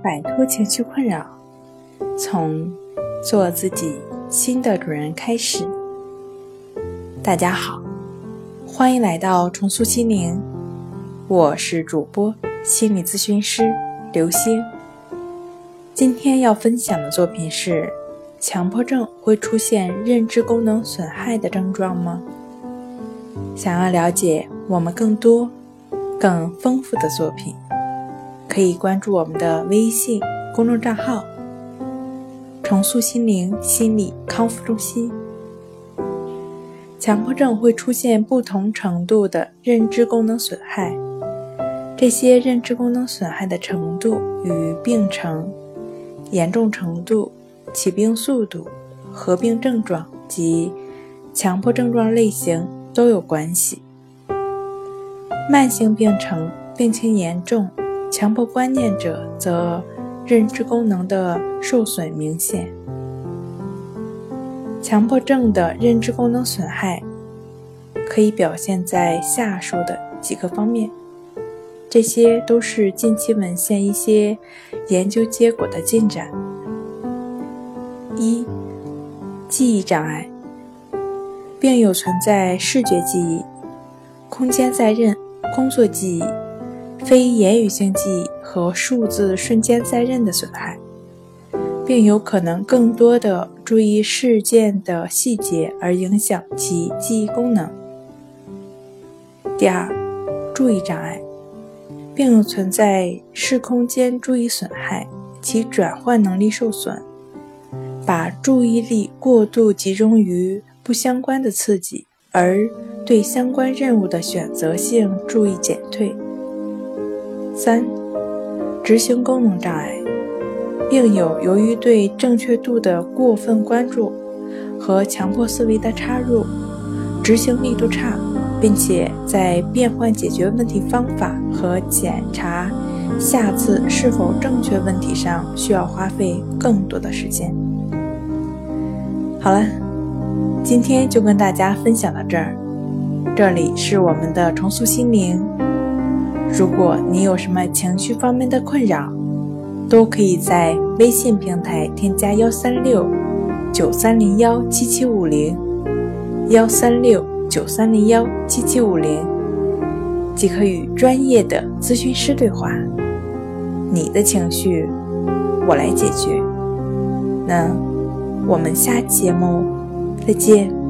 摆脱情绪困扰，从做自己新的主人开始。大家好，欢迎来到重塑心灵，我是主播心理咨询师刘星。今天要分享的作品是：强迫症会出现认知功能损害的症状吗？想要了解我们更多更丰富的作品，可以关注我们的微信公众账号重塑心灵心理康复中心。强迫症会出现不同程度的认知功能损害，这些认知功能损害的程度与病程、严重程度、起病速度、合并症状及强迫症状类型都有关系。慢性病程病情严重，强迫观念者则认知功能的受损明显。强迫症的认知功能损害可以表现在下述的几个方面，这些都是近期文献一些研究结果的进展。一、记忆障碍，病友存在视觉记忆、空间在认、工作记忆、非言语性记忆和数字瞬间在认的损害，并有可能更多的注意事件的细节而影响其记忆功能。第二，注意障碍，病友存在视空间注意损害，其转换能力受损，把注意力过度集中于不相关的刺激，而对相关任务的选择性注意减退。三、执行功能障碍，病友由于对正确度的过分关注和强迫思维的插入，执行力度差，并且在变换解决问题方法和检查下次是否正确问题上需要花费更多的时间。好了，今天就跟大家分享到这儿，这里是我们的重塑心灵。如果你有什么情绪方面的困扰，都可以在微信平台添加136-9301-7750 136-9301-7750，即可与专业的咨询师对话。你的情绪我来解决。那我们下期节目再见。